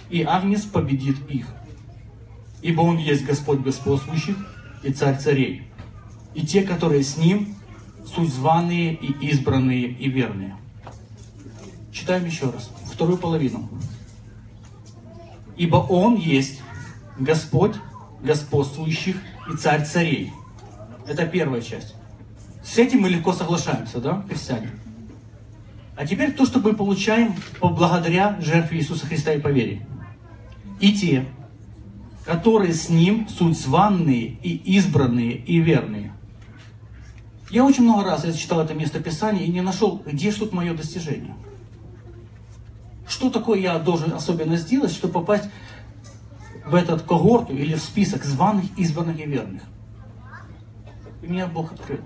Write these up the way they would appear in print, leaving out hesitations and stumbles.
и Агнец победит их. Ибо Он есть Господь господствующих и Царь царей. И те, которые с Ним, суть званые и избранные и верные. Читаем еще раз, вторую половину. Ибо Он есть Господь господствующих и Царь царей. Это первая часть. С этим мы легко соглашаемся, да, христиане? А теперь то, что мы получаем благодаря жертве Иисуса Христа и по вере. И те, которые с Ним, суть званые и избранные и верные. Я очень много раз читал это место Писания и не нашел, где ж тут мое достижение. Что такое я должен особенно сделать, чтобы попасть в этот когорту или в список званых, избранных и верных? И меня Бог открыл.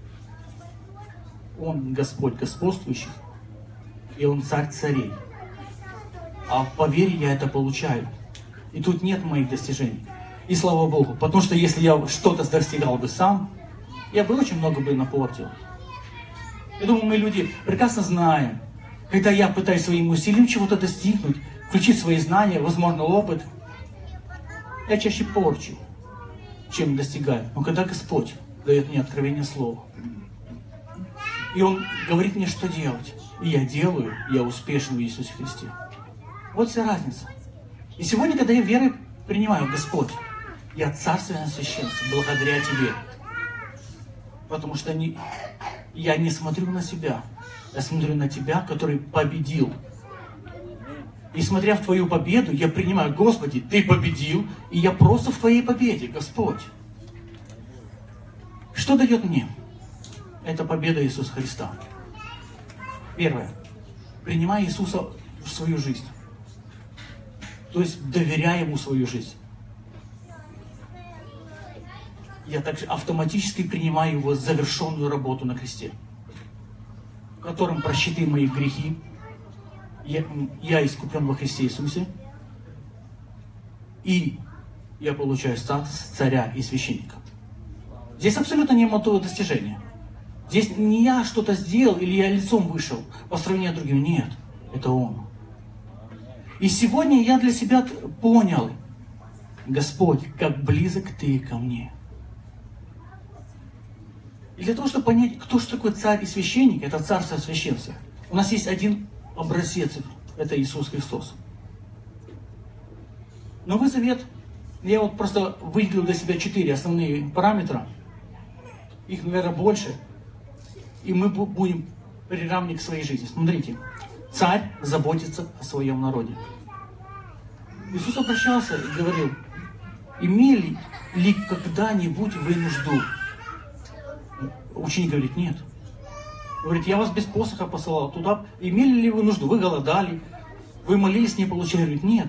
Он Господь господствующих, и Он Царь царей. А по вере я это получаю. И тут нет моих достижений. И слава Богу, потому что если я что-то достигал бы сам, я бы очень много бы напортил. Я думаю, мы люди прекрасно знаем, когда я пытаюсь своим усилием чего-то достигнуть, включить свои знания, возможно, опыт, я чаще порчу, чем достигаю. Но когда Господь дает мне откровение слова, и Он говорит мне, что делать, и я делаю, я успешен в Иисусе Христе. Вот вся разница. И сегодня, когда я верой принимаю, Господь, я царственное священство благодаря Тебе. Потому что я не смотрю на себя, я смотрю на Тебя, который победил. И смотря в Твою победу, я принимаю, Господи, Ты победил, и я просто в Твоей победе, Господь. Что дает мне? Это победа Иисуса Христа. Первое. Принимай Иисуса в свою жизнь. То есть доверяй Ему свою жизнь. Я также автоматически принимаю Его завершенную работу на кресте, в котором прощеты мои грехи. Я искуплен во Христе Иисусе. И я получаю статус царя и священника. Здесь абсолютно не мотово достижения. Здесь не я что-то сделал или я лицом вышел по сравнению с другим. Нет, это Он. И сегодня я для себя понял, Господь, как близок Ты ко мне. И для того, чтобы понять, кто же такой царь и священник, это царство священства, у нас есть один образец, это Иисус Христос. Новый Завет, я вот просто выделил для себя 4 основные параметра, их, наверное, больше, и мы будем приравнивать к своей жизни. Смотрите, царь заботится о своем народе. Иисус обращался и говорил, имели ли когда-нибудь вы нужду? Ученик говорит, нет. Говорит, я вас без посоха посылал туда. Имели ли вы нужду? Вы голодали, вы молились, не получили? Говорит, нет.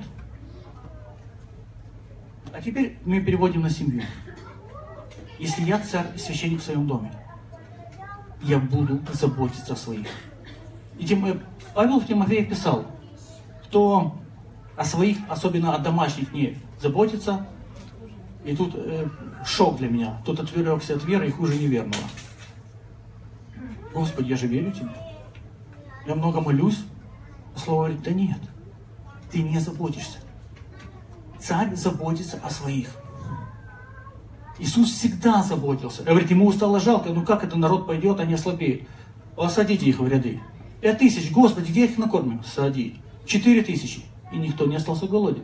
А теперь мы переводим на семью. Если я царь и священник в своем доме, я буду заботиться о своих. И Павел в Тимофея писал, кто о своих, особенно о домашних, не заботится. И тут шок для меня. Тут отвлекся от веры и хуже неверного. Господи, я же верю Тебе. Я много молюсь. А Слово говорит, да нет, ты не заботишься. Царь заботится о своих. Иисус всегда заботился. Говорит, ему стало жалко, ну как это народ пойдет, они ослабеют. Посадите их в ряды. 5000, Господи, где их накормим? Сади. 4000. И никто не остался голоден.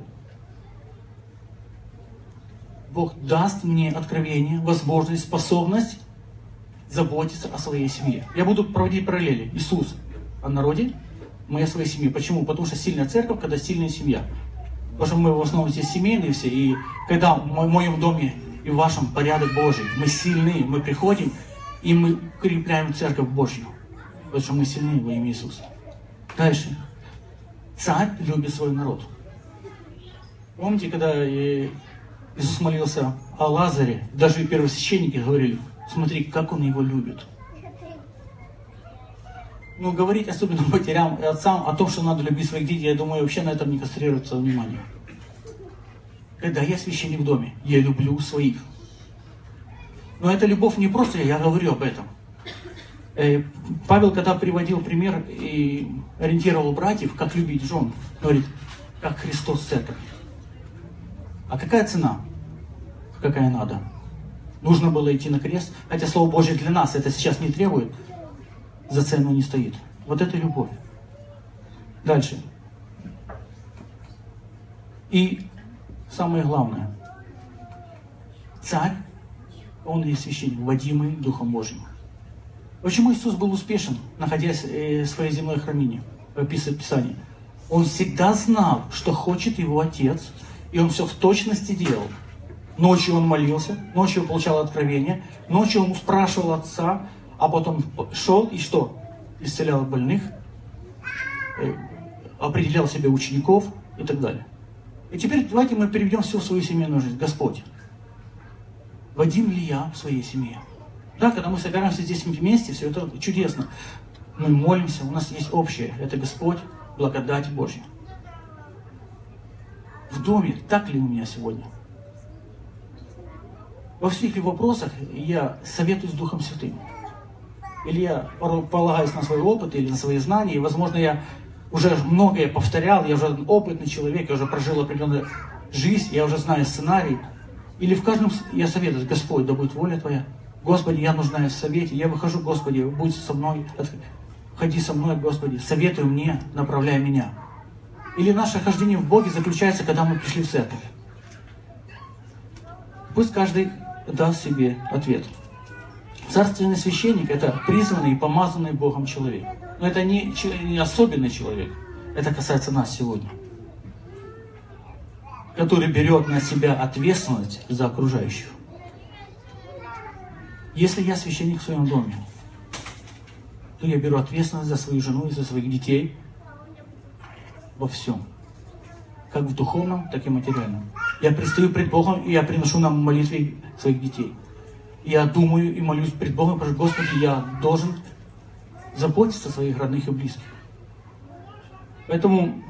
Бог даст мне откровение, возможность, способность заботиться о своей семье. Я буду проводить параллели. Иисус о народе, мы о своей семье. Почему? Потому что сильная церковь, когда сильная семья. Потому что мы в основном здесь семейные все. И когда в моем доме и в вашем порядок Божий, мы сильны, мы приходим, и мы укрепляем церковь Божью. Потому что мы сильны во имя Иисуса. Дальше. Царь любит свой народ. Помните, когда Иисус молился о Лазаре, даже первосвященники говорили, смотри, как он его любит. Ну, говорить особенно матерям и отцам о том, что надо любить своих детей, я думаю, вообще на этом не концентрируется внимание. Когда я священник в доме, я люблю своих. Но эта любовь не просто я говорю об этом. Павел, когда приводил пример и ориентировал братьев, как любить жен, говорит, как Христос церковь. А какая цена? Какая надо? Нужно было идти на крест, хотя Слово Божье для нас это сейчас не требует, за цену не стоит. Вот это любовь. Дальше. И самое главное. Царь, он и священник, водимый Духом Божьим. Почему Иисус был успешен, находясь в своей земной храмине, описывает Писание? Он всегда знал, что хочет его Отец, и он все в точности делал. Ночью он молился, ночью получал откровение, ночью он спрашивал Отца, а потом шел и что? Исцелял больных, определял себе учеников и так далее. И теперь давайте мы переведем все в свою семейную жизнь. Господь, водим ли я в своей семье? Да, когда мы собираемся здесь вместе, все это чудесно. Мы молимся, у нас есть общее. Это Господь, благодать Божья. В доме так ли у меня сегодня? Во всех ли вопросах я советуюсь с Духом Святым? Или я полагаюсь на свой опыт или на свои знания, и, возможно, я уже многое повторял, я уже опытный человек, я уже прожил определенную жизнь, я уже знаю сценарий. Или в каждом я советуюсь: Господь, да будет воля Твоя. Господи, я нуждаюсь в совете, я выхожу, Господи, будь со мной, ходи со мной, Господи, советуй мне, направляй меня. Или наше хождение в Боге заключается, когда мы пришли в церковь. Пусть каждый даст себе ответ. Царственный священник – это призванный и помазанный Богом человек. Но это не особенный человек. Это касается нас сегодня. Который берет на себя ответственность за окружающих. Если я священник в своем доме, то я беру ответственность за свою жену и за своих детей во всем. Как в духовном, так и материальном. Я предстаю пред Богом, и я приношу нам молитвы своих детей. Я думаю и молюсь пред Богом, потому что, Господи, я должен заботиться о своих родных и близких. Поэтому,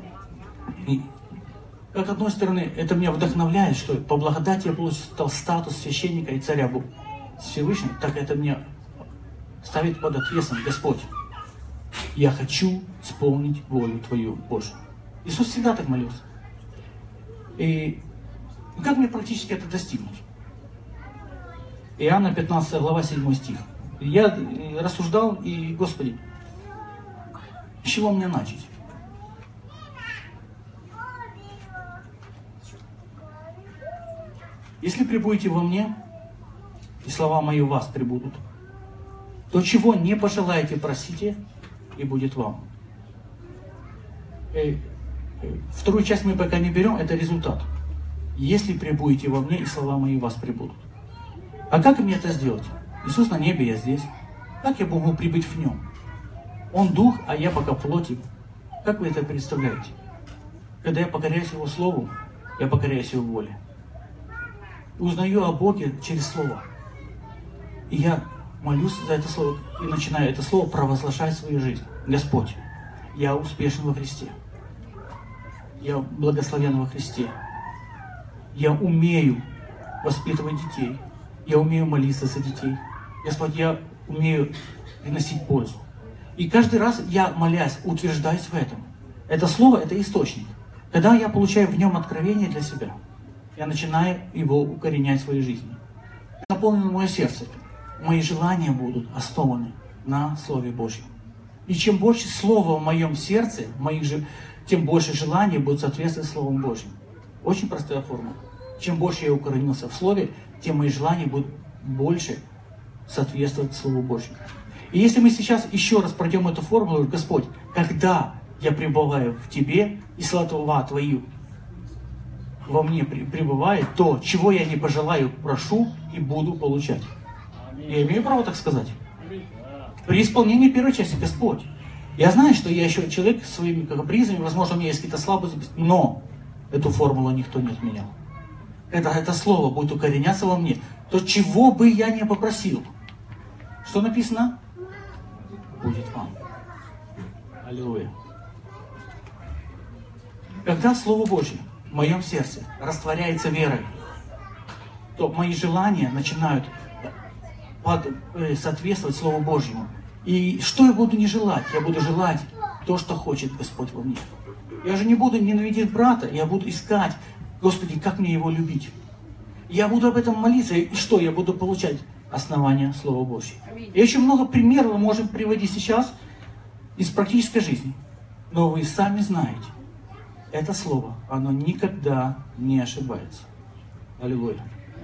как одной стороны, это меня вдохновляет, что по благодати я получил статус священника и царя Всевышнего, так это меня ставит под ответственность: Господь, я хочу исполнить волю Твою, Божию. Иисус всегда так молился. И как мне практически это достигнуть? Иоанна 15 глава 7 стих. Я рассуждал, и, Господи, с чего мне начать? Если пребудете во мне, и слова мои у вас пребудут, то чего не пожелаете, просите, и будет вам. Вторую часть мы пока не берем, это результат. Если пребудете во мне, и слова мои у вас пребудут. А как мне это сделать? Иисус на небе, я здесь. Как я могу прибыть в Нем? Он дух, а я пока плотик. Как вы это представляете? Когда я покоряюсь Его Слову, я покоряюсь Его воле. Узнаю о Боге через Слово. И я молюсь за это Слово, и начинаю это Слово провозглашать в свою жизнь. Господь, я успешен во Христе. Я благословен во Христе. Я умею воспитывать детей. Я умею молиться за детей. Господь, я умею приносить пользу. И каждый раз я, молясь, утверждаюсь в этом. Это слово, это источник. Когда я получаю в нем откровение для себя, я начинаю его укоренять в своей жизни. Наполнено мое сердце. Мои желания будут основаны на Слове Божьем. И чем больше слова в моем сердце, тем больше желаний будут соответствовать Слову Божьим. Очень простая формула. Чем больше я укоренился в Слове, тем мои желания будут больше соответствовать Слову Божьему. И если мы сейчас еще раз пройдем эту формулу: Господь, когда я пребываю в Тебе, и слова Твои во мне пребывают, то, чего я не пожелаю, прошу и буду получать. Я имею право так сказать? При исполнении первой части: Господь, я знаю, что я еще человек с своими капризами, возможно, у меня есть какие-то слабости, но эту формулу никто не отменял. Когда это слово будет укореняться во мне, то чего бы я ни попросил, что написано? Будет вам. Аллилуйя. Когда Слово Божье в моем сердце растворяется верой, то мои желания начинают соответствовать Слову Божьему. И что я буду не желать? Я буду желать то, что хочет Господь во мне. Я же не буду ненавидеть брата, я буду искать, Господи, как мне его любить. Я буду об этом молиться, и что я буду получать? Основание Слова Божьего. И очень много примеров мы можем приводить сейчас из практической жизни. Но вы сами знаете, это Слово, оно никогда не ошибается. Аллилуйя.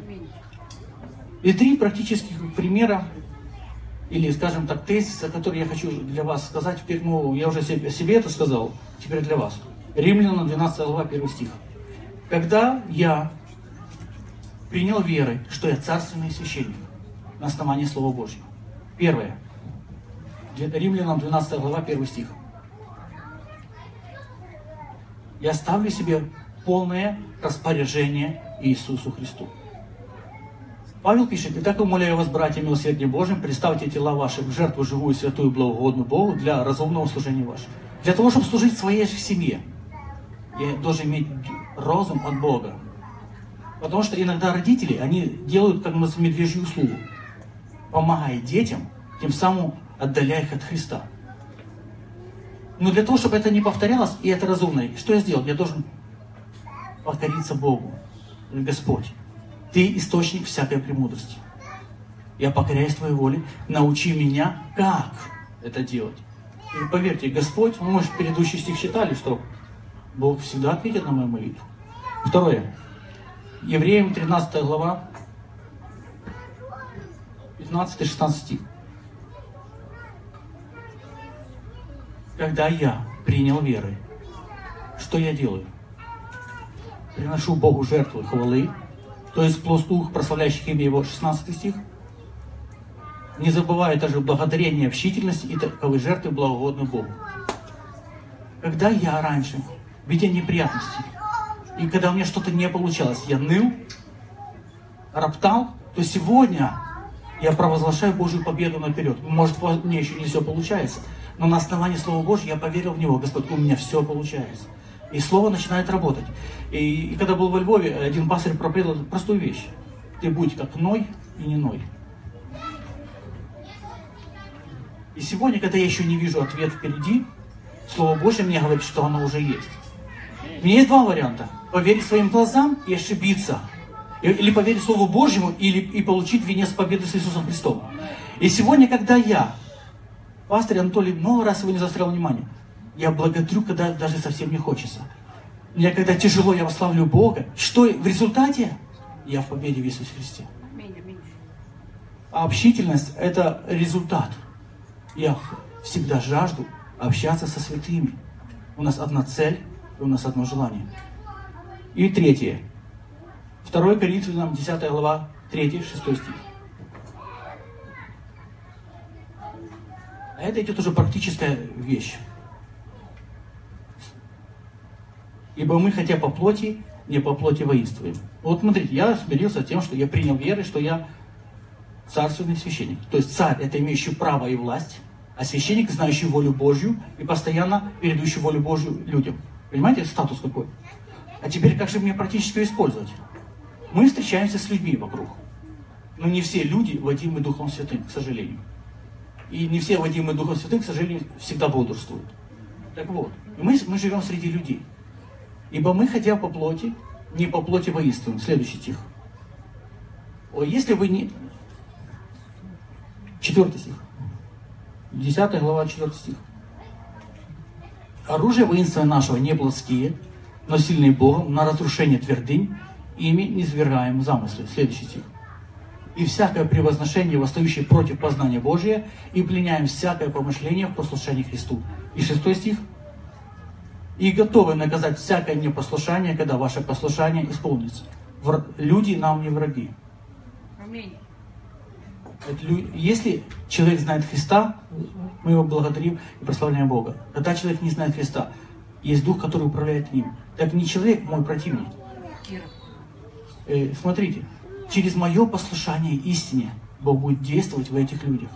И 3 практических примера, или, скажем так, тезиса, которые я хочу для вас сказать. Теперь, я уже себе это сказал, теперь для вас. Римлянам 12 глава, 1 стих. Когда я принял верой, что я царственный священник на основании Слова Божьего. Первое. Римлянам 12 глава, 1 стих. Я ставлю себе полное распоряжение Иисусу Христу. Павел пишет: «Итак, умоляю вас, братья, милосердием Божьим, представьте тела ваши в жертву живую, святую, благоугодную Богу для разумного служения вашего». Для того, чтобы служить своей же семье, я должен иметь разум от Бога. Потому что иногда родители, они делают, как мы называем, медвежью услугу, помогая детям, тем самым отдаляя их от Христа. Но для того, чтобы это не повторялось, и это разумно, что я сделал? Я должен покориться Богу. Господь, Ты источник всякой премудрости. Я покоряюсь Твоей воле, научи меня, как это делать. И поверьте, Господь, мы, может, предыдущий стих читали, что Бог всегда ответит на мою молитву. Второе. Евреям 13 глава, 15-16 стих. Когда я принял верой, что я делаю? Приношу Богу жертву хвалы, то есть плоскух, прославляющих имя Его, 16 стих. Не забывая также благодарения, общительности и таковой жертвы благоугодную Богу. Когда я раньше, видя неприятности, и когда у меня что-то не получалось, я ныл, роптал, то сегодня я провозглашаю Божью победу наперед. Может, мне еще не все получается, но на основании Слова Божьего я поверил в Него. Господь, у меня все получается. И Слово начинает работать. И когда был во Львове, один пастырь проповедовал простую вещь. Ты будь как Ной и не Ной. И сегодня, когда я еще не вижу ответ впереди, Слово Божье мне говорит, что оно уже есть. У меня есть 2 варианта. Поверить своим глазам и ошибиться. Или поверить Слову Божьему, и получить венец победы с Иисусом Христом. И сегодня, когда я, пастырь Анатолий много раз сегодня заострял внимание, я благодарю, когда даже совсем не хочется. Мне, когда тяжело, я восславлю Бога. Что в результате? Я в победе в Иисусе Христе. А общительность – это результат. Я всегда жажду общаться со святыми. У нас одна цель, и у нас одно желание. И 3. 2 Коринфянам 10 глава, 3-6 стих. А это идет уже практическая вещь. Ибо мы, хотя по плоти, не по плоти воинствуем. Вот смотрите, я смирился с тем, что я принял веру, что я царственный священник. То есть царь – это имеющий право и власть, а священник, знающий волю Божью и постоянно передающий волю Божью людям. Понимаете, статус какой? А теперь как же мне практически использовать? Мы встречаемся с людьми вокруг. Но не все люди водимы Духом Святым, к сожалению. И не все водимые Духом Святым, к сожалению, всегда бодрствуют. Так вот, мы живем среди людей. Ибо мы, хотя по плоти, не по плоти воинствуем. Следующий стих. Если вы не... 4 стих. 10 глава, 4 стих. Оружие воинства нашего не плотские, но сильные Богом на разрушение твердынь, ими низвергаем замыслы. Следующий стих. И всякое превозношение, восстающее против познания Божия, и пленяем всякое помышление в послушании Христу. И 6 стих. И готовы наказать всякое непослушание, когда ваше послушание исполнится. Люди нам не враги. Аминь. Если человек знает Христа, мы его благодарим и прославляем Бога. Когда человек не знает Христа, есть Дух, который управляет ним. Так не человек мой противник. Смотрите, через мое послушание истине Бог будет действовать в этих людях.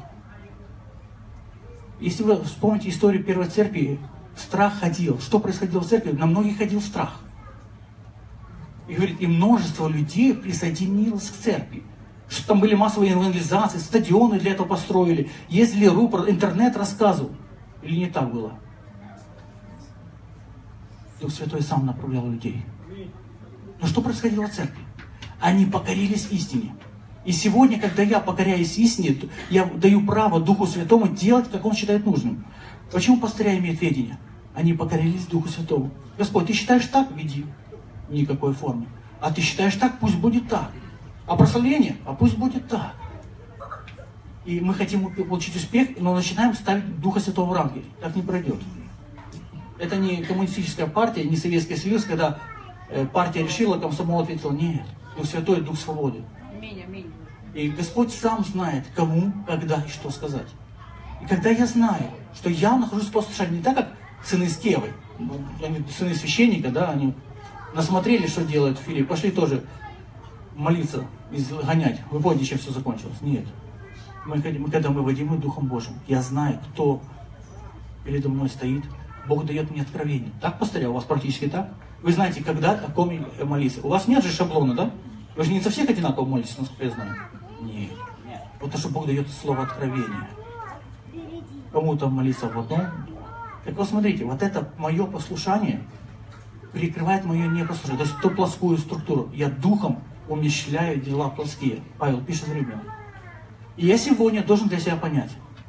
Если вы вспомните историю Первой Церкви, страх ходил. Что происходило в церкви? На многих ходил страх. И говорит, и множество людей присоединилось к церкви. Что там были массовые евангелизации, стадионы для этого построили, ездили рупор, интернет рассказывал. Или не так было? Дух Святой сам направлял людей. Но что происходило в церкви? Они покорились истине. И сегодня, когда я покоряюсь истине, я даю право Духу Святому делать, как Он считает нужным. Почему пастыря имеют ведение? Они покорились Духу Святому. Господь, ты считаешь так? Веди. Никакой формы. А ты считаешь так? Пусть будет так. А прославление? А пусть будет так. И мы хотим получить успех, но начинаем ставить Духа Святого в рамки. Так не пройдет. Это не коммунистическая партия, не Советский Союз, когда партия решила, комсомол ответил, нет. Дух Святой, Дух свободы. И Господь сам знает, кому, когда и что сказать. И когда я знаю, что я нахожусь в послушании, не так, как сыны Скевы, они сыны священника, да, они насмотрели, что делает Филипп, пошли тоже молиться, изгонять. Вы помните, чем все закончилось? Нет. Когда мы водимы Духом Божьим, я знаю, кто передо мной стоит, Бог дает мне откровение. Так, пастыря, у вас практически так? Вы знаете, когда, о ком молиться. У вас нет же шаблона, да? Вы же не со всех одинаково молитесь, насколько я знаю. Нет. Потому что Бог дает слово откровения. Кому-то молиться в одном. Так вот смотрите, вот это мое послушание перекрывает мое непослушание. То есть ту плоскую структуру. Я духом умещляю дела плоские. Павел пишет в Римлянам. И я сегодня должен для себя понять.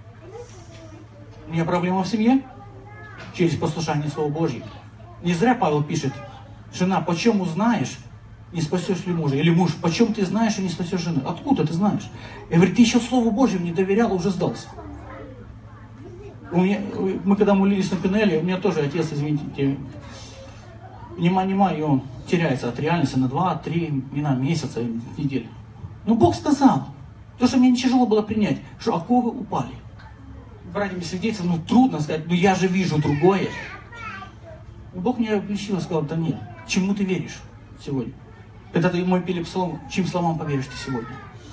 У меня проблема в семье через послушание Слова Божьего. Не зря Павел пишет, жена, почем узнаешь, не спасешь ли мужа? Или муж, почем ты знаешь, что не спасешь жены? Откуда ты знаешь? Я говорю, ты еще Слову Божьему не доверял, а уже сдался. Мы когда молились на Пинеле, у меня тоже отец, извините, и он теряется от реальности на 2-3 месяца, недель. Но Бог сказал, то, что мне тяжело было принять, что оковы упали. Братьям и свидетельствам, трудно сказать, но я же вижу другое. И Бог меня обличил и сказал, да нет, чему ты веришь сегодня? Когда ты мой пели псалом, чьим словам поверишь ты сегодня?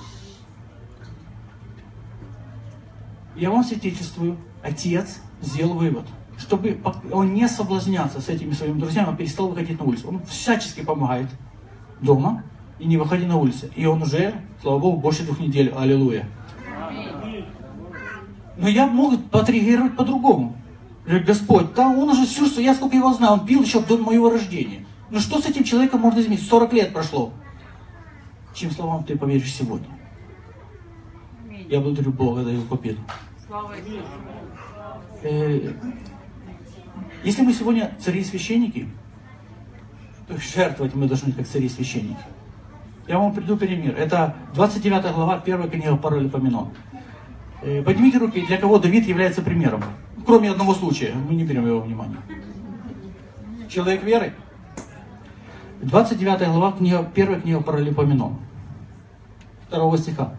Я вам свидетельствую, отец сделал вывод, чтобы он не соблазнялся с этими своими друзьями, он перестал выходить на улицу. Он всячески помогает дома и не выходи на улицу. И он уже, слава Богу, больше 2 недель. Аллилуйя. Но я мог отреагировать по-другому. Господь, да он уже все, что я сколько его знаю, он пил еще до моего рождения. Ну что с этим человеком можно изменить? 40 лет прошло. Чьим словам ты поверишь сегодня? Я благодарю Бога за его победу. Если мы сегодня цари и священники, то жертвовать мы должны как цари и священники. Я вам приду пример. Это 29 глава 1 книга Паралипоменон. Поднимите руки, для кого Давид является примером. Кроме одного случая, мы не берем его внимание. Человек веры. 29 глава, 1 книга Паралипоменон. 2 стиха.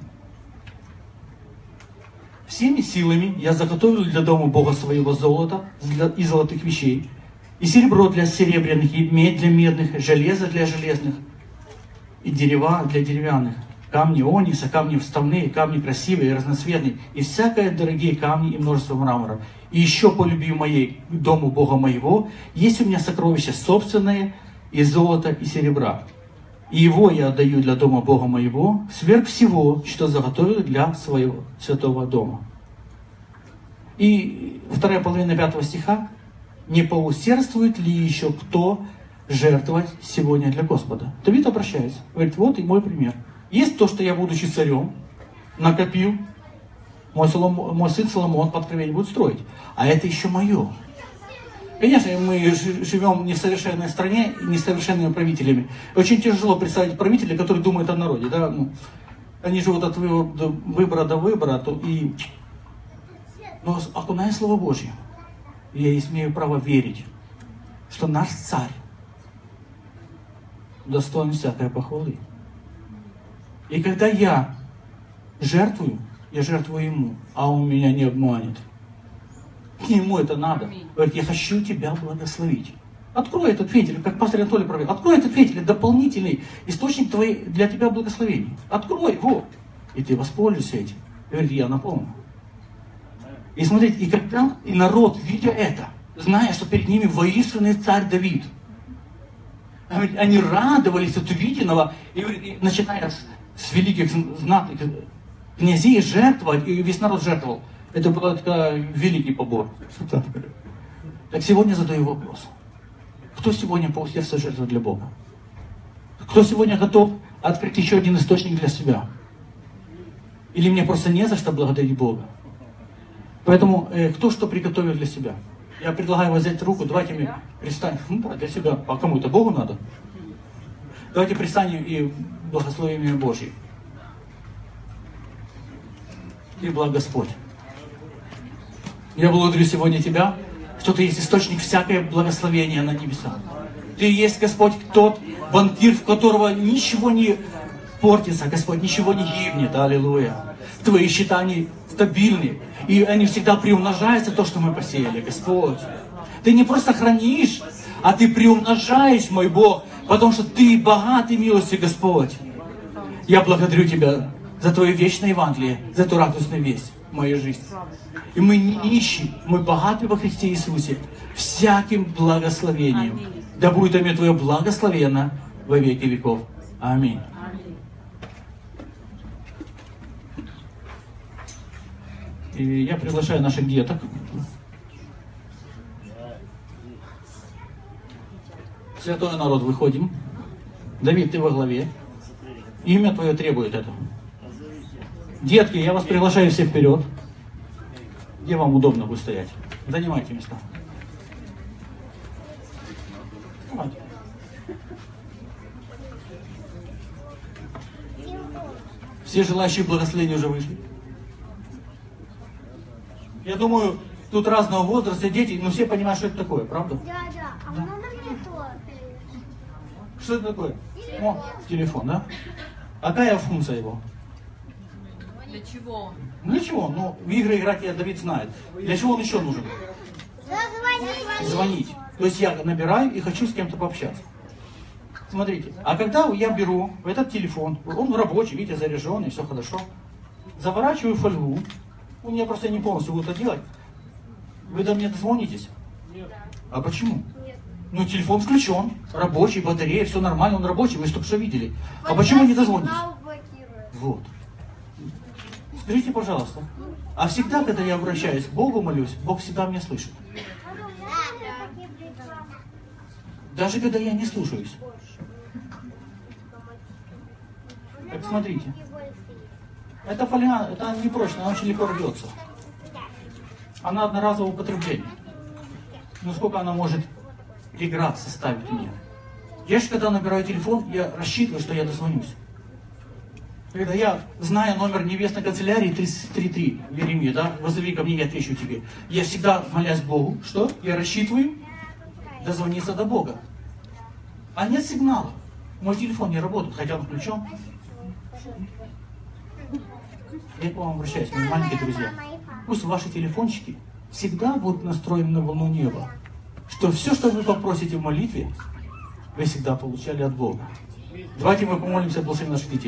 Всеми силами я заготовил для дома Бога своего золото и золотых вещей, и серебро для серебряных, и медь для медных, железо для железных, и дерева для деревянных, камни оникса, камни вставные, камни красивые и разноцветные, и всякие дорогие камни и множество мрамора. И еще по любви моей к дому Бога моего есть у меня сокровища собственные из золота и серебра. И его я отдаю для дома Бога моего, сверх всего, что заготовил для своего святого дома. И вторая половина 5 стиха. Не поусердствует ли еще кто жертвовать сегодня для Господа? Давид обращается, говорит, вот и мой пример. Есть то, что я, будучи царем, накопил, мой сын Соломон по откровению будет строить. А это еще мое. Конечно, мы живем в несовершенной стране, несовершенными правителями. Очень тяжело представить правителя, который думает о народе. Да? Они живут от выбора до выбора. Но окуная Слово Божье, я имею право верить, что наш царь достоин всякой похвалы. И когда я жертвую ему, а он меня не обманет. Ему это надо. Говорит, я хочу тебя благословить. Открой этот фитиль, как пастор Анатолий провел. Открой этот фитиль, дополнительный источник для тебя благословений. Открой его. И ты воспользуйся этим. Говорит, я наполню. И смотрите, и когда и народ, видя это, зная, что перед ними воинственный царь Давид, они радовались от увиденного, и начиная с великих знатных князей жертвовать, и весь народ жертвовал. Это был великий побор. Так сегодня задаю вопрос. Кто сегодня полсердца жертвует для Бога? Кто сегодня готов открыть еще один источник для себя? Или мне просто не за что благодарить Бога? Поэтому кто что приготовил для себя? Я предлагаю взять руку, давайте мы пристанем. Да, для себя. А кому это? Богу надо? Давайте пристанем и благословим имя Божье. И благ Господь. Я благодарю сегодня Тебя, что Ты есть источник всякое благословения на небесах. Ты есть, Господь, тот банкир, в которого ничего не портится, Господь, ничего не гибнет. Аллилуйя. Твои счета, они стабильны. И они всегда приумножаются, то, что мы посеяли, Господь. Ты не просто хранишь, а Ты приумножаешь, мой Бог, потому что Ты богатый милостью, Господь. Я благодарю Тебя за Твое вечное Евангелие, за Ту радостную весть в моей жизни. И мы не нищи, мы богаты во Христе Иисусе всяким благословением. Да будет имя Твое благословенно во веки веков. Аминь. И я приглашаю наших деток. Святой народ, выходим. Давид, ты во главе. Имя Твое требует этого. Детки, я вас приглашаю всех вперед. Где вам удобно будет стоять? Занимайте места. Вставайте. Все желающие благословения уже вышли. Я думаю, тут разного возраста дети, но все понимают, что это такое, правда? Да. А можно мне то? Что это такое? О, телефон, да? А какая функция его? Для чего? Ну ничего, но в игры играть я Давид знает. Для чего он еще нужен? Звонить. То есть я набираю и хочу с кем-то пообщаться. Смотрите, а когда я беру этот телефон, он рабочий, видите, заряженный, все хорошо, заворачиваю в фольгу, у меня просто не полностью буду это делать, вы до меня дозвонитесь? Нет. А почему? Нет. Ну, телефон включен, рабочий, батарея, все нормально, он рабочий, вы только что видели. А почему не дозвонитесь? Вот. Скажите, пожалуйста, а всегда, когда я обращаюсь к Богу, молюсь, Бог всегда меня слышит? Даже когда я не слушаюсь. Так смотрите. Эта фольга, это не прочно, она очень легко рвется. Она одноразового употребления. Ну сколько она может преград составить мне? Я же когда набираю телефон, я рассчитываю, что я дозвонюсь. Когда я знаю номер небесной канцелярии 333, Еремия, да, вызови ко мне, я отвечу тебе. Я всегда молясь Богу, что? Я рассчитываю дозвониться до Бога. А нет сигнала. Мой телефон не работает, хотя он включен. Я к вам обращаюсь, мои маленькие друзья. Пусть ваши телефончики всегда будут настроены на волну неба. Что все, что вы попросите в молитве, вы всегда получали от Бога. Давайте мы помолимся, благословим наших детей.